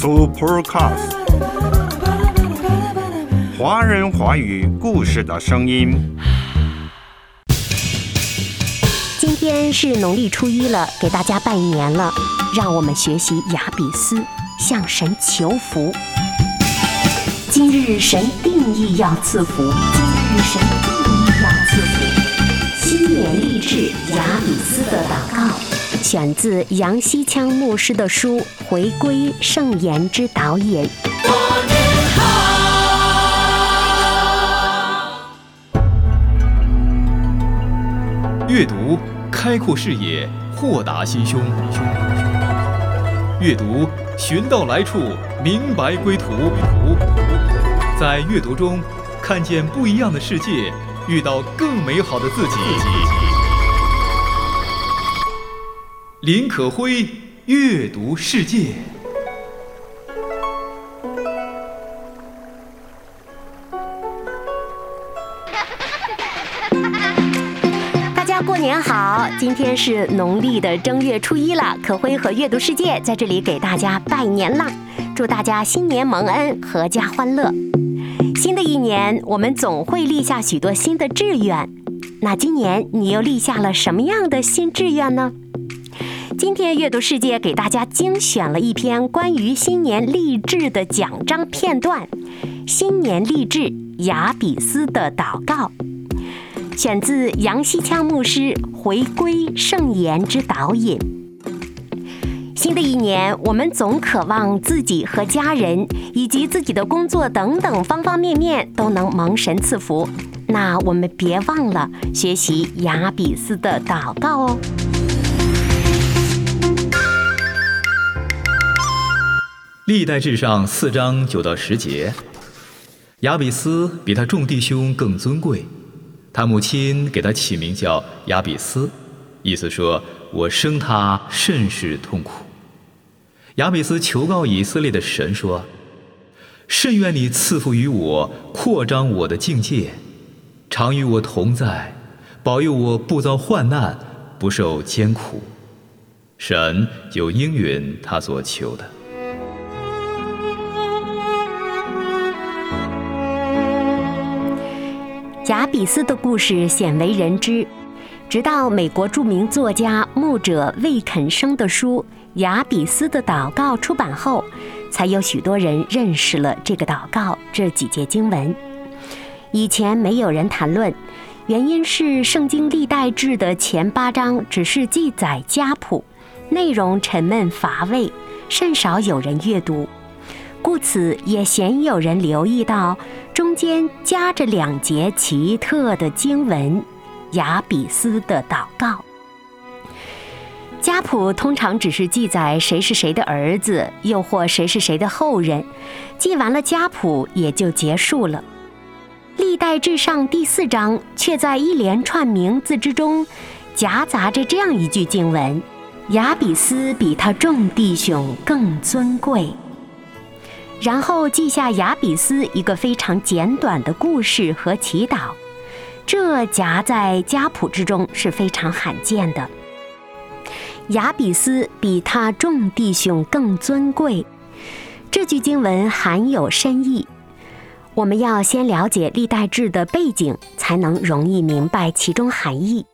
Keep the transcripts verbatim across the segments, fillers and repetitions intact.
Supercast， 华人华语故事的声音。 今天是农历初一了，给大家拜年了，让我们学习雅比斯，向神求福。今日神定义要赐福，今日神定义要赐福。新年励志雅比斯的祷告，选自杨希锵牧师的书《回归圣言之导引》。 阅读开阔视野，豁达心胸；阅读寻到来处，明白归途。在阅读中看见不一样的世界，遇到更美好的自己。林可辉阅读世界。 大家过年好！今天是农历的正月初一了，可辉和阅读世界在这里给大家拜年啦！祝大家新年蒙恩，阖家欢乐。新的一年，我们总会立下许多新的志愿。那今年你又立下了什么样的新志愿呢？今天阅读世界给大家精选了一篇关于新年励志的讲章片段，新年励志雅比斯的祷告，选自杨希锵牧师《回归圣言之导引》。新的一年，我们总渴望自己和家人以及自己的工作等等方方面面都能蒙神赐福。那我们别忘了学习雅比斯的祷告哦。 历代志上四章九到十节，雅比斯比他众弟兄更尊贵，他母亲给他起名叫雅比斯，意思说我生他甚是痛苦。雅比斯求告以色列的神说，甚愿你赐福于我，扩张我的境界，常与我同在，保佑我不遭患难，不受艰苦。神就应允他所求的。 雅比斯的故事鲜为人知，直到美国著名作家牧者魏肯生的书《雅比斯的祷告》出版后，才有许多人认识了这个祷告这几节经文。以前没有人谈论，原因是圣经历代志的前八章只是记载家谱，内容沉闷乏味，甚少有人阅读，故此也鲜有人留意到中间夹着两节奇特的经文，雅比斯的祷告。家谱通常只是记载谁是谁的儿子，又或谁是谁的后人，记完了家谱也就结束了。历代志上第四章却在一连串名字之中夹杂着这样一句经文，雅比斯比他众弟兄更尊贵。然后记下雅比斯一个非常简短的故事和祈祷，这夹在家谱之中是非常罕见的。雅比斯比他众弟兄更尊贵，这句经文含有深意。我们要先了解历代志的背景，才能容易明白其中含义。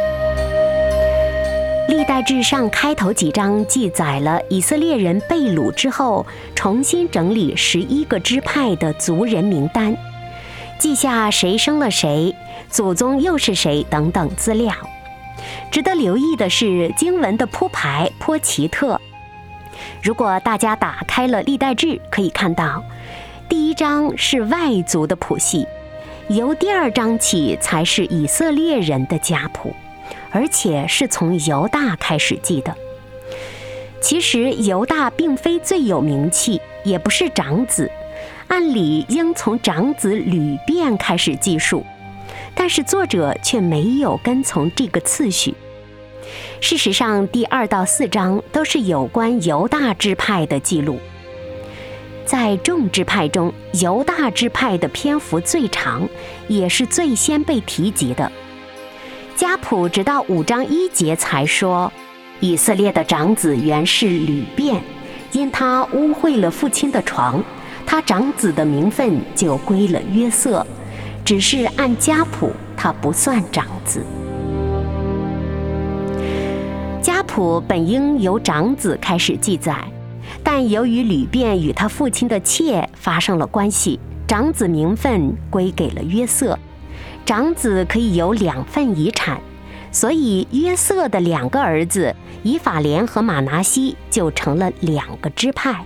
历代志上开头几章记载了以色列人被掳之后重新整理十一个支派的族人名单，记下谁生了谁，祖宗又是谁等等资料。值得留意的是，经文的铺排颇奇特。如果大家打开了历代志，可以看到第一章是外族的谱系，由第二章起才是以色列人的家谱，而且是从犹大开始记的。其实犹大并非最有名气，也不是长子，按理应从长子吕遍开始记述，但是作者却没有跟从这个次序。事实上，第二到四章都是有关犹大支派的记录。在众支派中，犹大支派的篇幅最长，也是最先被提及的。家谱直到五章一节才说，以色列的长子原是吕遍， 因他污秽了父亲的床，他长子的名分就归了约瑟，只是按家谱他不算长子。家谱本应由长子开始记载，但由于吕便与他父亲的妾发生了关系，长子名分归给了约瑟。长子可以有两份遗产，所以约瑟的两个儿子以法莲和马拿西就成了两个支派。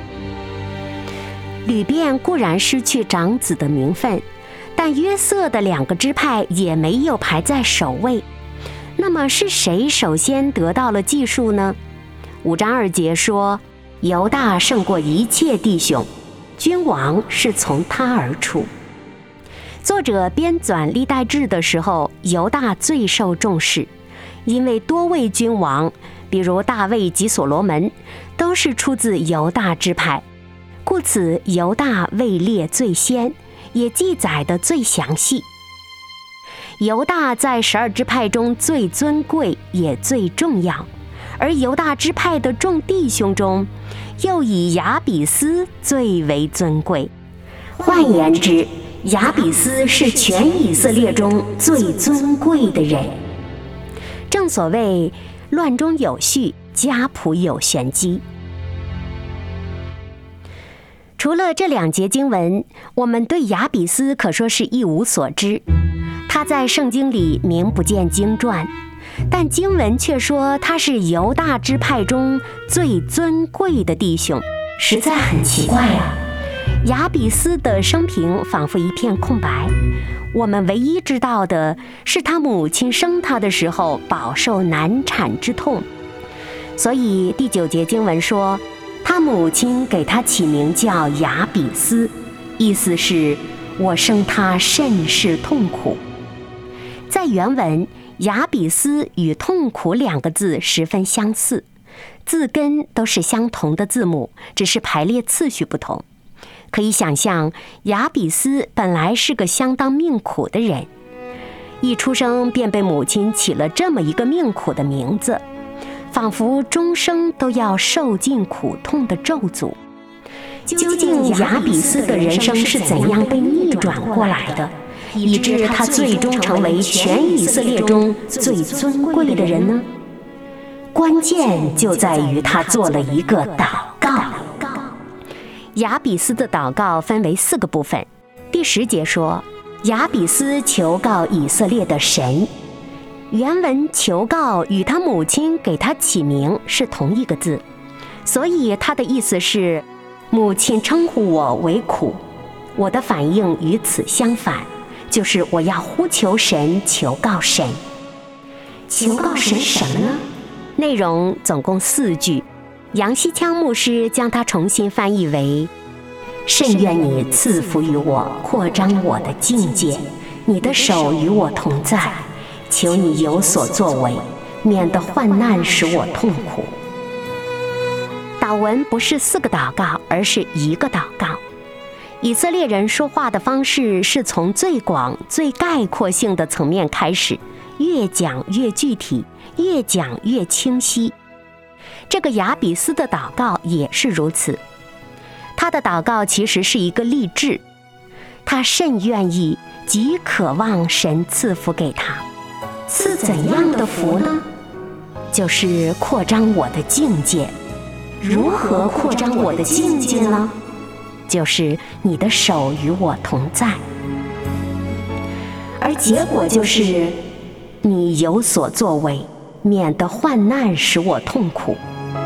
吕便固然失去长子的名分，但约瑟的两个支派也没有排在首位。那么是谁首先得到了记述呢？五章二节说，犹大胜过一切弟兄，君王是从他而出。作者编纂历代志的时候，犹大最受重视，因为多位君王，比如大卫及所罗门，都是出自犹大支派，故此犹大位列最先，也记载得最详细。犹大在十二支派中最尊贵也最重要，而犹大支派的众弟兄中，又以亚比斯最为尊贵。换言之，亚比斯是全以色列中最尊贵的人。正所谓乱中有序，家谱有玄机。除了这两节经文，我们对亚比斯可说是一无所知。他在圣经里名不见经传，但经文却说他是犹大支派中最尊贵的弟兄，实在很奇怪啊。亚比斯的生平仿佛一片空白，我们唯一知道的是他母亲生他的时候饱受难产之痛，所以第九节经文说，他母亲给他起名叫亚比斯，意思是我生他甚是痛苦。在原文，亚比斯与痛苦两个字十分相似，字根都是相同的字母，只是排列次序不同。可以想象，亚比斯本来是个相当命苦的人，一出生便被母亲起了这么一个命苦的名字，仿佛终生都要受尽苦痛的咒诅。究竟亚比斯的人生是怎样被逆转过来的，以致他最终成为全以色列中最尊贵的人呢？关键就在于他做了一个祷告。亚比斯的祷告分为四个部分。第十节说，亚比斯求告以色列的神。原文求告与他母亲给他起名是同一个字，所以他的意思是，母亲称呼我为苦，我的反应与此相反，就是我要呼求神，求告神。求告神什么呢？内容总共四句，杨锡枪牧师将它重新翻译为：甚愿你赐福于我，扩张我的境界，你的手与我同在，求你有所作为，免得患难使我痛苦。祷文不是四个祷告，而是一个祷告。以色列人说话的方式是从最广、最概括性的层面开始，越讲越具体，越讲越清晰。这个亚比斯的祷告也是如此，他的祷告其实是一个励志，他甚愿意、极渴望神赐福给他。赐怎样的福呢？就是扩张我的境界。如何扩张我的境界呢？就是你的手与我同在，而结果就是你有所作为，免得患难使我痛苦。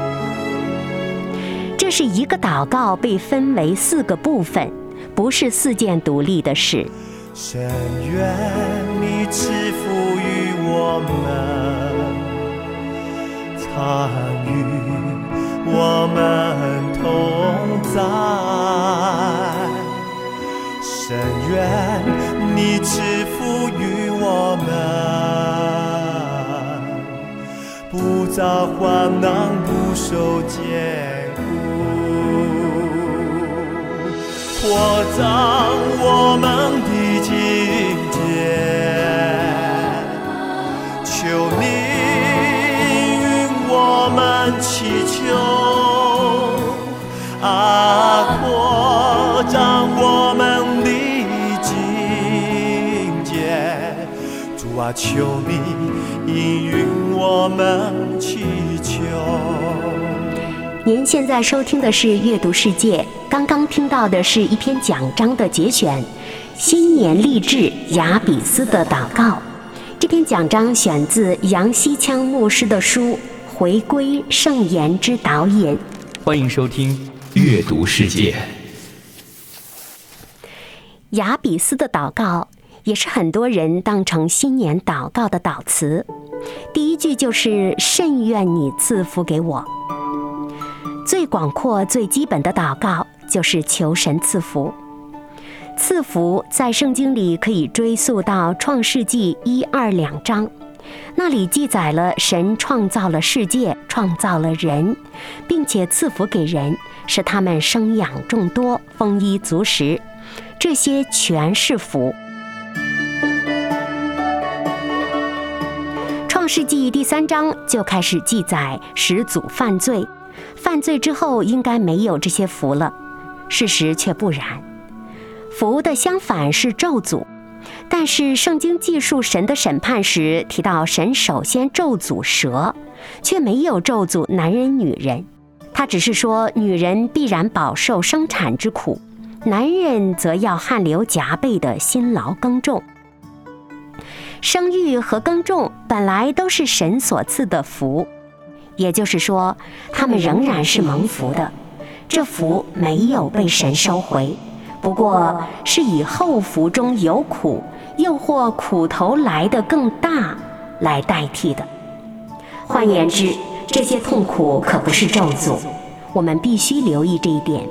这是一个祷告被分为四个部分，不是四件独立的事。 深愿你赐福于我们，参与我们同在，深愿你赐福于我们，不遭患难，不受艰苦，扩张我们的境界，求你与我们祈求， 啊，求你应允我们祈求。 您现在收听的是阅读世界，刚刚听到的是一篇讲章的节选，新年励志雅比斯的祷告。这篇讲章选自杨锡枪牧师的书《回归圣言之导引》。 欢迎收听阅读世界。 雅比斯的祷告也是很多人当成新年祷告的祷词。第一句就是甚愿你赐福给我。最广阔最基本的祷告就是求神赐福。赐福在圣经里可以追溯到创世纪一二两章，那里记载了神创造了世界，创造了人，并且赐福给人，使他们生养众多，丰衣足食，这些全是福。创世纪第三章就开始记载始祖犯罪，犯罪之后应该没有这些福了，事实却不然。福的相反是咒诅，但是圣经记述神的审判时提到神首先咒诅蛇，却没有咒诅男人女人。他只是说女人必然饱受生产之苦，男人则要汗流浃背的辛劳耕种。生育和耕种本来都是神所赐的福，也就是说他们仍然是蒙福的，这福没有被神收回，不过是以后福中有苦，又或苦头来得更大来代替的。换言之，这些痛苦可不是咒诅，我们必须留意这一点。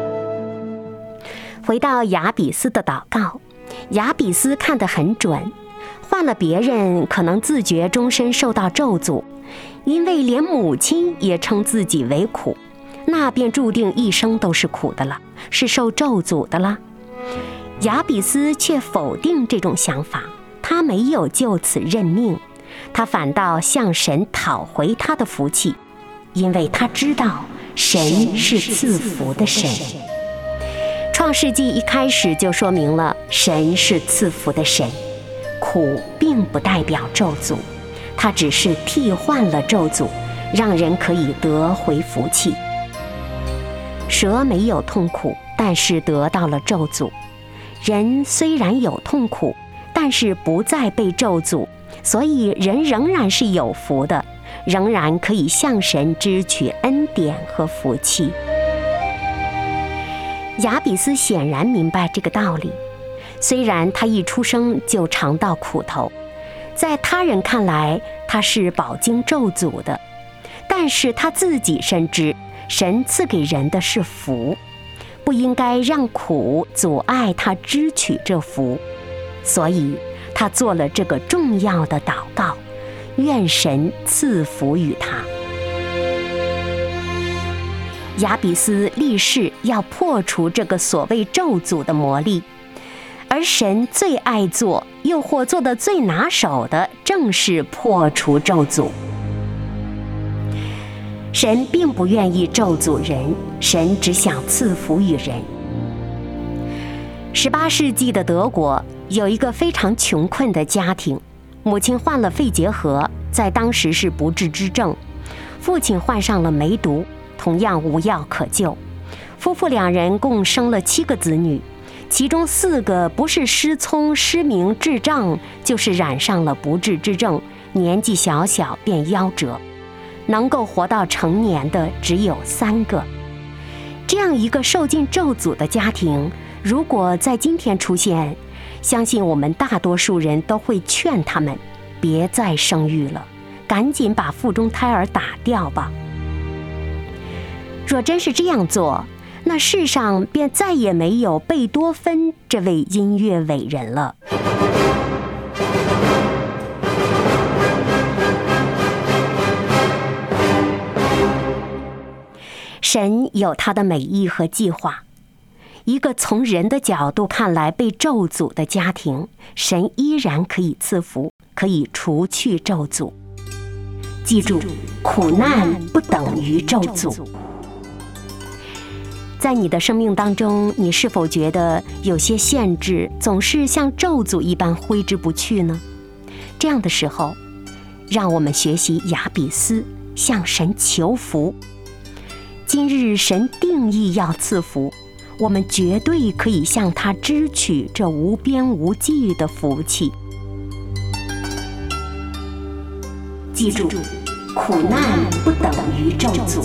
回到雅比斯的祷告，雅比斯看得很准，换了别人可能自觉终身受到咒诅，因为连母亲也称自己为苦，那便注定一生都是苦的了，是受咒诅的了。雅比斯却否定这种想法，他没有就此认命，他反倒向神讨回他的福气，因为他知道神是赐福的神。创世纪一开始就说明了神是赐福的神，苦并不代表咒诅，它只是替换了咒诅，让人可以得回福气。蛇没有痛苦，但是得到了咒诅。人虽然有痛苦，但是不再被咒诅，所以人仍然是有福的，仍然可以向神支取恩典和福气。雅比斯显然明白这个道理，虽然他一出生就尝到苦头，在他人看来他是饱经咒诅的，但是他自己深知神赐给人的是福，不应该让苦阻碍他支取这福，所以他做了这个重要的祷告，愿神赐福于他。雅比斯立誓要破除这个所谓咒诅的魔力，而神最爱做又或做得最拿手的正是破除咒诅。神并不愿意咒诅人，神只想赐福于人。十八世纪的德国有一个非常穷困的家庭，母亲患了肺结核，在当时是不治之症，父亲患上了梅毒，同样无药可救。夫妇两人共生了七个子女，其中四个不是失聪、失明、智障，就是染上了不治之症，年纪小小便夭折。能够活到成年的只有三个。这样一个受尽咒诅的家庭，如果在今天出现，相信我们大多数人都会劝他们别再生育了，赶紧把腹中胎儿打掉吧。若真是这样做，那世上便再也没有贝多芬这位音乐伟人了。神有他的美意和计划，一个从人的角度看来被咒诅的家庭，神依然可以赐福，可以除去咒诅。记住，苦难不等于咒诅。在你的生命当中，你是否觉得有些限制总是像咒诅一般挥之不去呢？ 这样的时候，让我们学习雅比斯向神求福。今日神定义要赐福，我们绝对可以向他支取这无边无际的福气。记住，苦难不等于咒诅。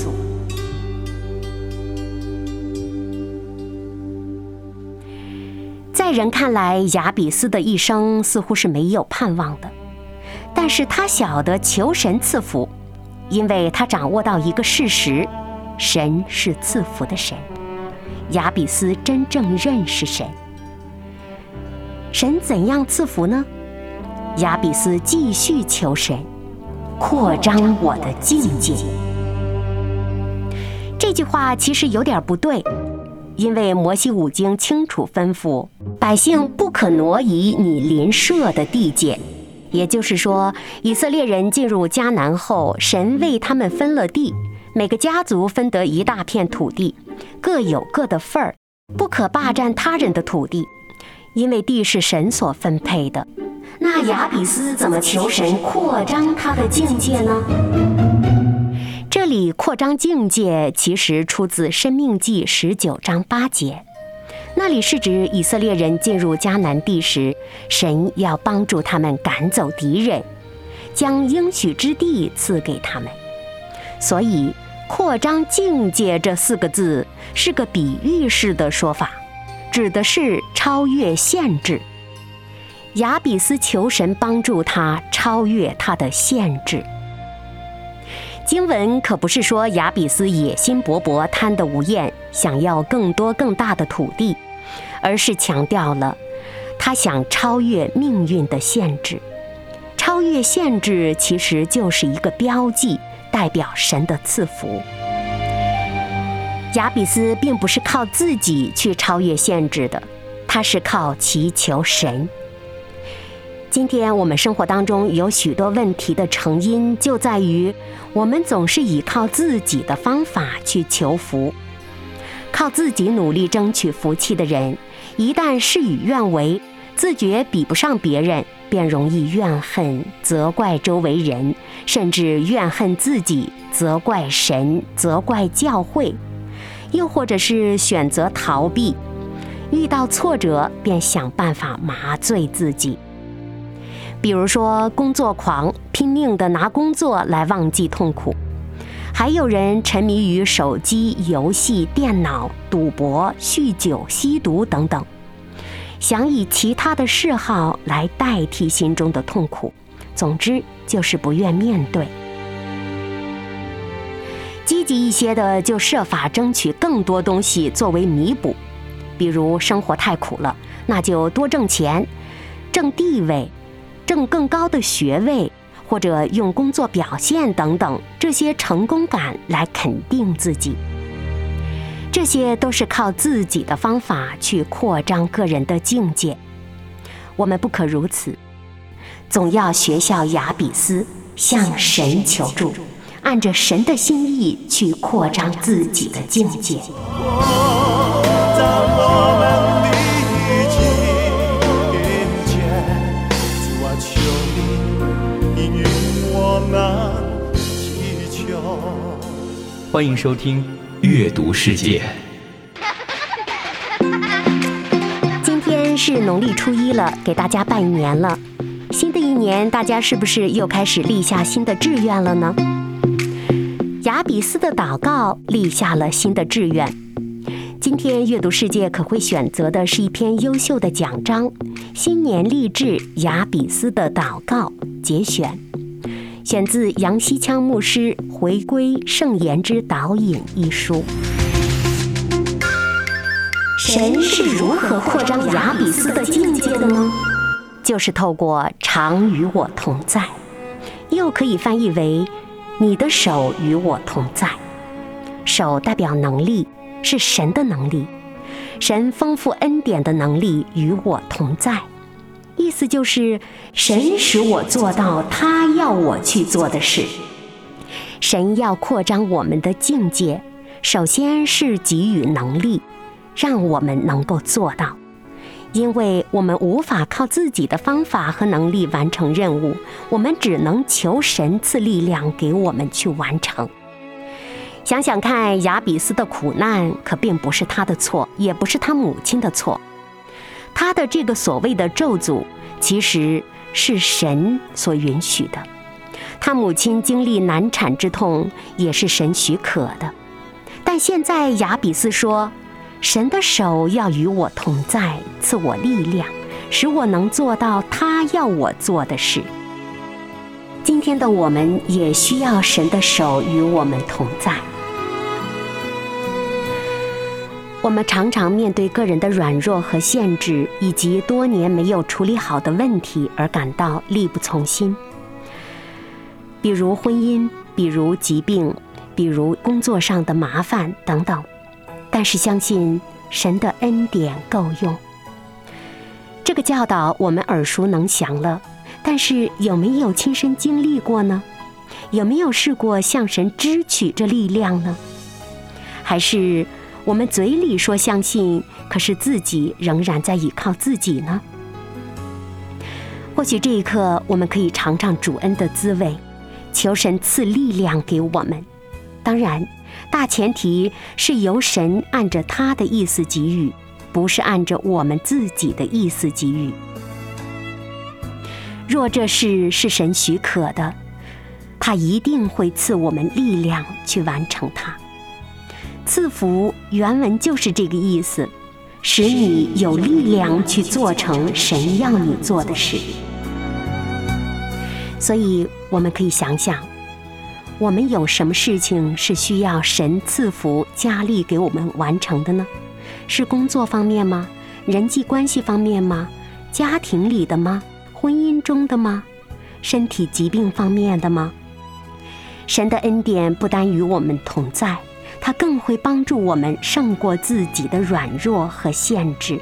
在人看来，雅比斯的一生似乎是没有盼望的，但是他晓得求神赐福，因为他掌握到一个事实：神是赐福的神。雅比斯真正认识神。神怎样赐福呢？雅比斯继续求神，扩张我的境界。这句话其实有点不对，因为摩西五经清楚吩咐百姓不可挪移你邻舍的地界。也就是说，以色列人进入迦南后，神为他们分了地，每个家族分得一大片土地，各有各的份儿，不可霸占他人的土地，因为地是神所分配的。那雅比斯怎么求神扩张他的境界呢？这里扩张境界其实出自《申命记》十九章八节，那里是指以色列人进入迦南地时，神要帮助他们赶走敌人，将应许之地赐给他们。所以扩张境界这四个字是个比喻式的说法，指的是超越限制。雅比斯求神帮助他超越他的限制。经文可不是说雅比斯野心勃勃，贪得无厌，想要更多更大的土地，而是强调了他想超越命运的限制。超越限制其实就是一个标记，代表神的赐福。雅比斯并不是靠自己去超越限制的，他是靠祈求神。今天我们生活当中有许多问题的成因，就在于我们总是依靠自己的方法去求福。靠自己努力争取福气的人，一旦事与愿违，自觉比不上别人，便容易怨恨、责怪周围人，甚至怨恨自己，责怪神，责怪教会，又或者是选择逃避，遇到挫折便想办法麻醉自己。比如说工作狂，拼命地拿工作来忘记痛苦；还有人沉迷于手机、游戏、电脑、赌博、酗酒、吸毒等等，想以其他的嗜好来代替心中的痛苦。总之就是不愿面对。积极一些的就设法争取更多东西作为弥补，比如生活太苦了，那就多挣钱，挣地位，挣更高的学位，或者用工作表现等等这些成功感来肯定自己。这些都是靠自己的方法去扩张个人的境界。我们不可如此，总要学效雅比斯，向神求助，按着神的心意去扩张自己的境界。 欢迎收听阅读世界。 今天是农历初一了，给大家拜年了。新的一年，大家是不是又开始立下新的志愿了呢？雅比斯的祷告立下了新的志愿。今天阅读世界可会选择的是一篇优秀的讲章，新年励志雅比斯的祷告节选，选自杨希锵牧师《回归圣言之导引》一书。神是如何扩张雅比斯的境界的呢？就是透过常与我同在，又可以翻译为你的手与我同在。手代表能力，是神的能力，神丰富恩典的能力与我同在。意思就是神使我做到他要我去做的事。神要扩张我们的境界，首先是给予能力，让我们能够做到。 因为我们无法靠自己的方法和能力完成任务，我们只能求神赐力量给我们去完成。想想看，雅比斯的苦难可并不是他的错，也不是他母亲的错。他的这个所谓的咒诅，其实是神所允许的。他母亲经历难产之痛，也是神许可的。但现在雅比斯说，神的手要与我同在，赐我力量，使我能做到他要我做的事。今天的我们也需要神的手与我们同在。我们常常面对个人的软弱和限制，以及多年没有处理好的问题而感到力不从心，比如婚姻，比如疾病，比如工作上的麻烦等等。但是相信神的恩典够用。这个教导我们耳熟能详了，但是有没有亲身经历过呢？有没有试过向神支取这力量呢？还是我们嘴里说相信，可是自己仍然在依靠自己呢？或许这一刻我们可以尝尝主恩的滋味，求神赐力量给我们。当然，大前提是由神按着他的意思给予，不是按着我们自己的意思给予。若这事是神许可的，他一定会赐我们力量去完成它。赐福原文就是这个意思，使你有力量去做成神要你做的事。所以我们可以想想，我们有什么事情是需要神赐福加力给我们完成的呢？是工作方面吗？人际关系方面吗？家庭里的吗？婚姻中的吗？身体疾病方面的吗？神的恩典不单与我们同在，他更会帮助我们胜过自己的软弱和限制。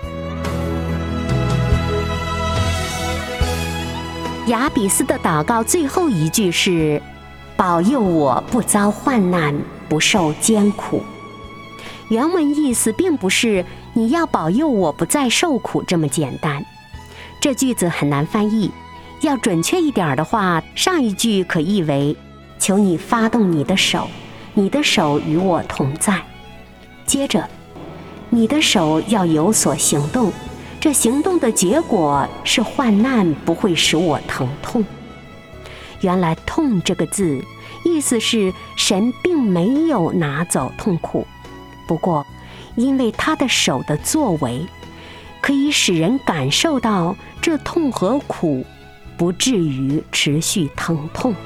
雅比斯的祷告最后一句是：保佑我不遭患难，不受艰苦。原文意思并不是你要保佑我不再受苦这么简单，这句子很难翻译。要准确一点的话，上一句可译为：求你发动你的手，你的手与我同在。接着，你的手要有所行动，这行动的结果是患难不会使我疼痛。原来痛这个字意思是神并没有拿走痛苦，不过因为他的手的作为，可以使人感受到这痛和苦不至于持续疼痛。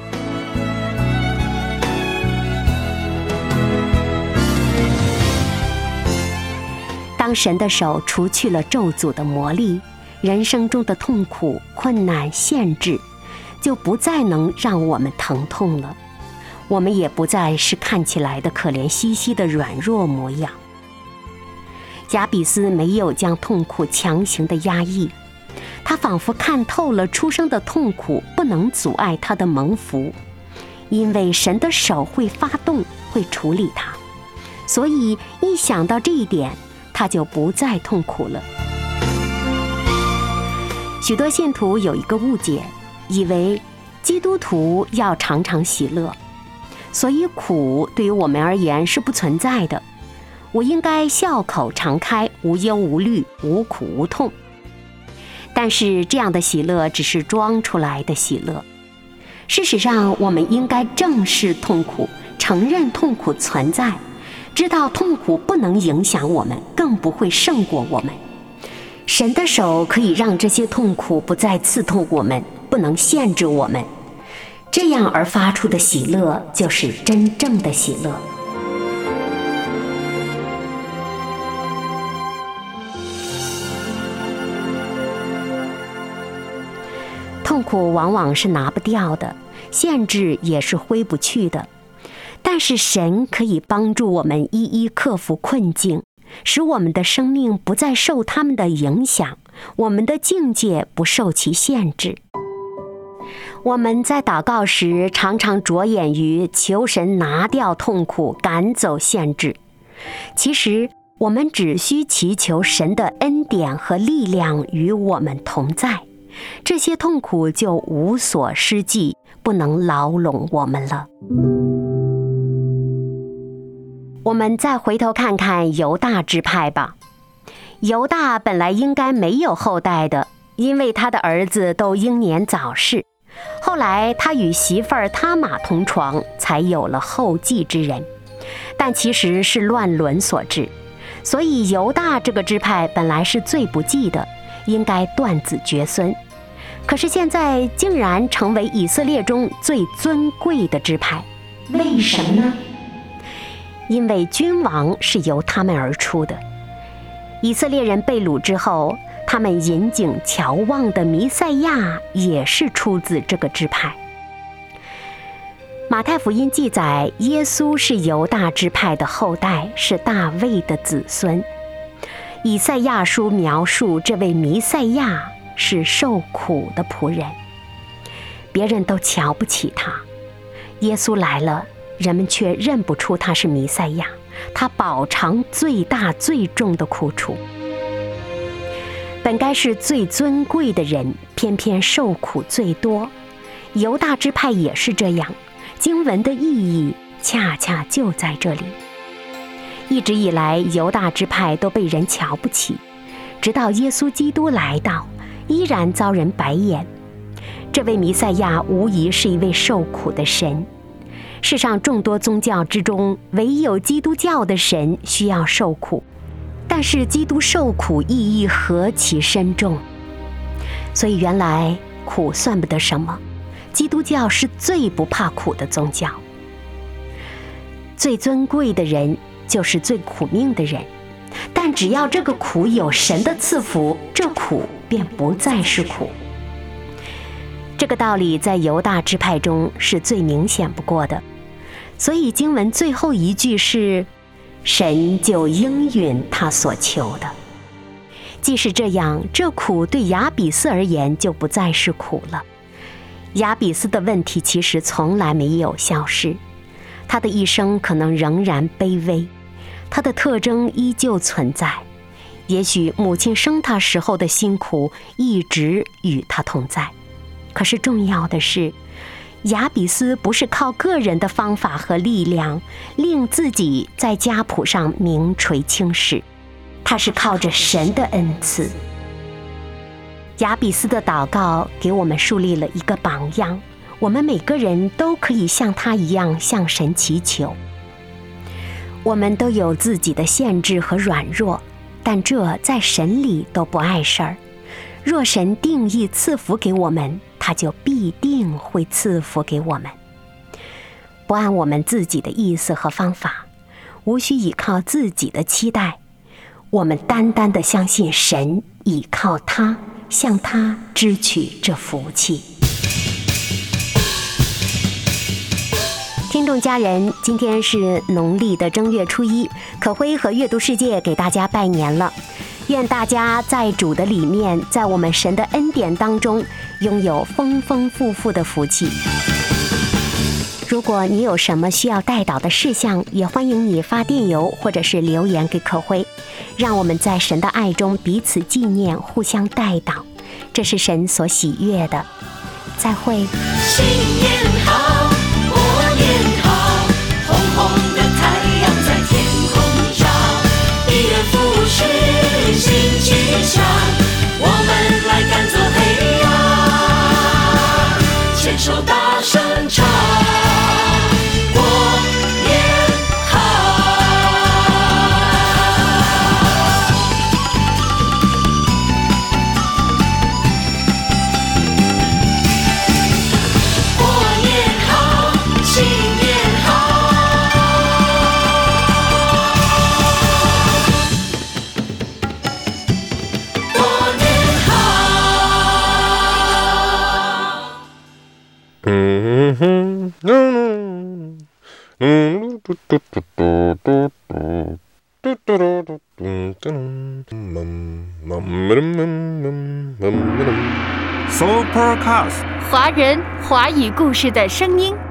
当神的手除去了咒诅的魔力，人生中的痛苦、困难、限制就不再能让我们疼痛了，我们也不再是看起来的可怜兮兮的软弱模样。雅比斯没有将痛苦强行的压抑，他仿佛看透了出生的痛苦不能阻碍他的蒙福，因为神的手会发动，会处理它，所以一想到这一点，他就不再痛苦了。许多信徒有一个误解，以为基督徒要常常喜乐，所以苦对于我们而言是不存在的。我应该笑口常开，无忧无虑，无苦无痛。但是这样的喜乐只是装出来的喜乐。事实上，我们应该正视痛苦，承认痛苦存在，知道痛苦不能影响我们，更不会胜过我们。神的手可以让这些痛苦不再刺痛我们，不能限制我们。这样而发出的喜乐，就是真正的喜乐。痛苦往往是拿不掉的，限制也是挥不去的。但是神可以帮助我们一一克服困境，使我们的生命不再受他们的影响，我们的境界不受其限制。我们在祷告时常常着眼于求神拿掉痛苦，赶走限制。其实我们只需祈求神的恩典和力量与我们同在，这些痛苦就无所施计，不能牢笼我们了。我们再回头看看犹大支派吧。犹大本来应该没有后代的，因为他的儿子都英年早逝，后来他与媳妇儿他玛同床，才有了后继之人，但其实是乱伦所致。所以犹大这个支派本来是最不济的，应该断子绝孙，可是现在竟然成为以色列中最尊贵的支派。为什么呢？因为君王是由他们而出的。以色列人被掳之后，他们引颈瞧望的弥赛亚也是出自这个支派。马太福音记载，耶稣是犹大支派的后代，是大卫的子孙。以赛亚书描述这位弥赛亚是受苦的仆人，别人都瞧不起他，耶稣来了，人们却认不出他是弥赛亚，他饱尝最大最重的苦楚。本该是最尊贵的人，偏偏受苦最多。犹大支派也是这样，经文的意义恰恰就在这里。一直以来，犹大支派都被人瞧不起，直到耶稣基督来到，依然遭人白眼。这位弥赛亚无疑是一位受苦的神。世上众多宗教之中，唯有基督教的神需要受苦，但是基督受苦意义何其深重。所以原来苦算不得什么，基督教是最不怕苦的宗教。最尊贵的人就是最苦命的人，但只要这个苦有神的赐福，这苦便不再是苦。这个道理在犹大支派中是最明显不过的，所以经文最后一句是神就应允他所求的。既是这样，这苦对亚比斯而言就不再是苦了。亚比斯的问题其实从来没有消失，他的一生可能仍然卑微，他的特征依旧存在。也许母亲生他时候的辛苦一直与他同在，可是重要的是，亚比斯不是靠个人的方法和力量令自己在家谱上名垂青史，他是靠着神的恩赐。亚比斯的祷告给我们树立了一个榜样，我们每个人都可以像他一样向神祈求。我们都有自己的限制和软弱，但这在神里都不碍事儿。若神定义赐福给我们，他就必定会赐福给我们。不按我们自己的意思和方法，无需依靠自己的期待，我们单单的相信神，依靠他，向他支取这福气。听众家人，今天是农历的正月初一，可辉和阅读世界给大家拜年了。愿大家在主的里面，在我们神的恩典当中，拥有丰丰富富的福气。如果你有什么需要代祷的事项，也欢迎你发电邮或者是留言给可辉，让我们在神的爱中彼此纪念，互相代祷，这是神所喜悦的。再会。 新年好，过年好，红红的太阳在天空照，一元复始，新气象，我们来赶走黑暗，牵手大声唱，过年好。过年好，新年好。过年好。 嗯哼，嗯嗯，嘟嘟嘟嘟嘟嘟嘟嘟嘟嘟嘟嘟，嗯嗯嗯 Supercast 华人华语故事的声音。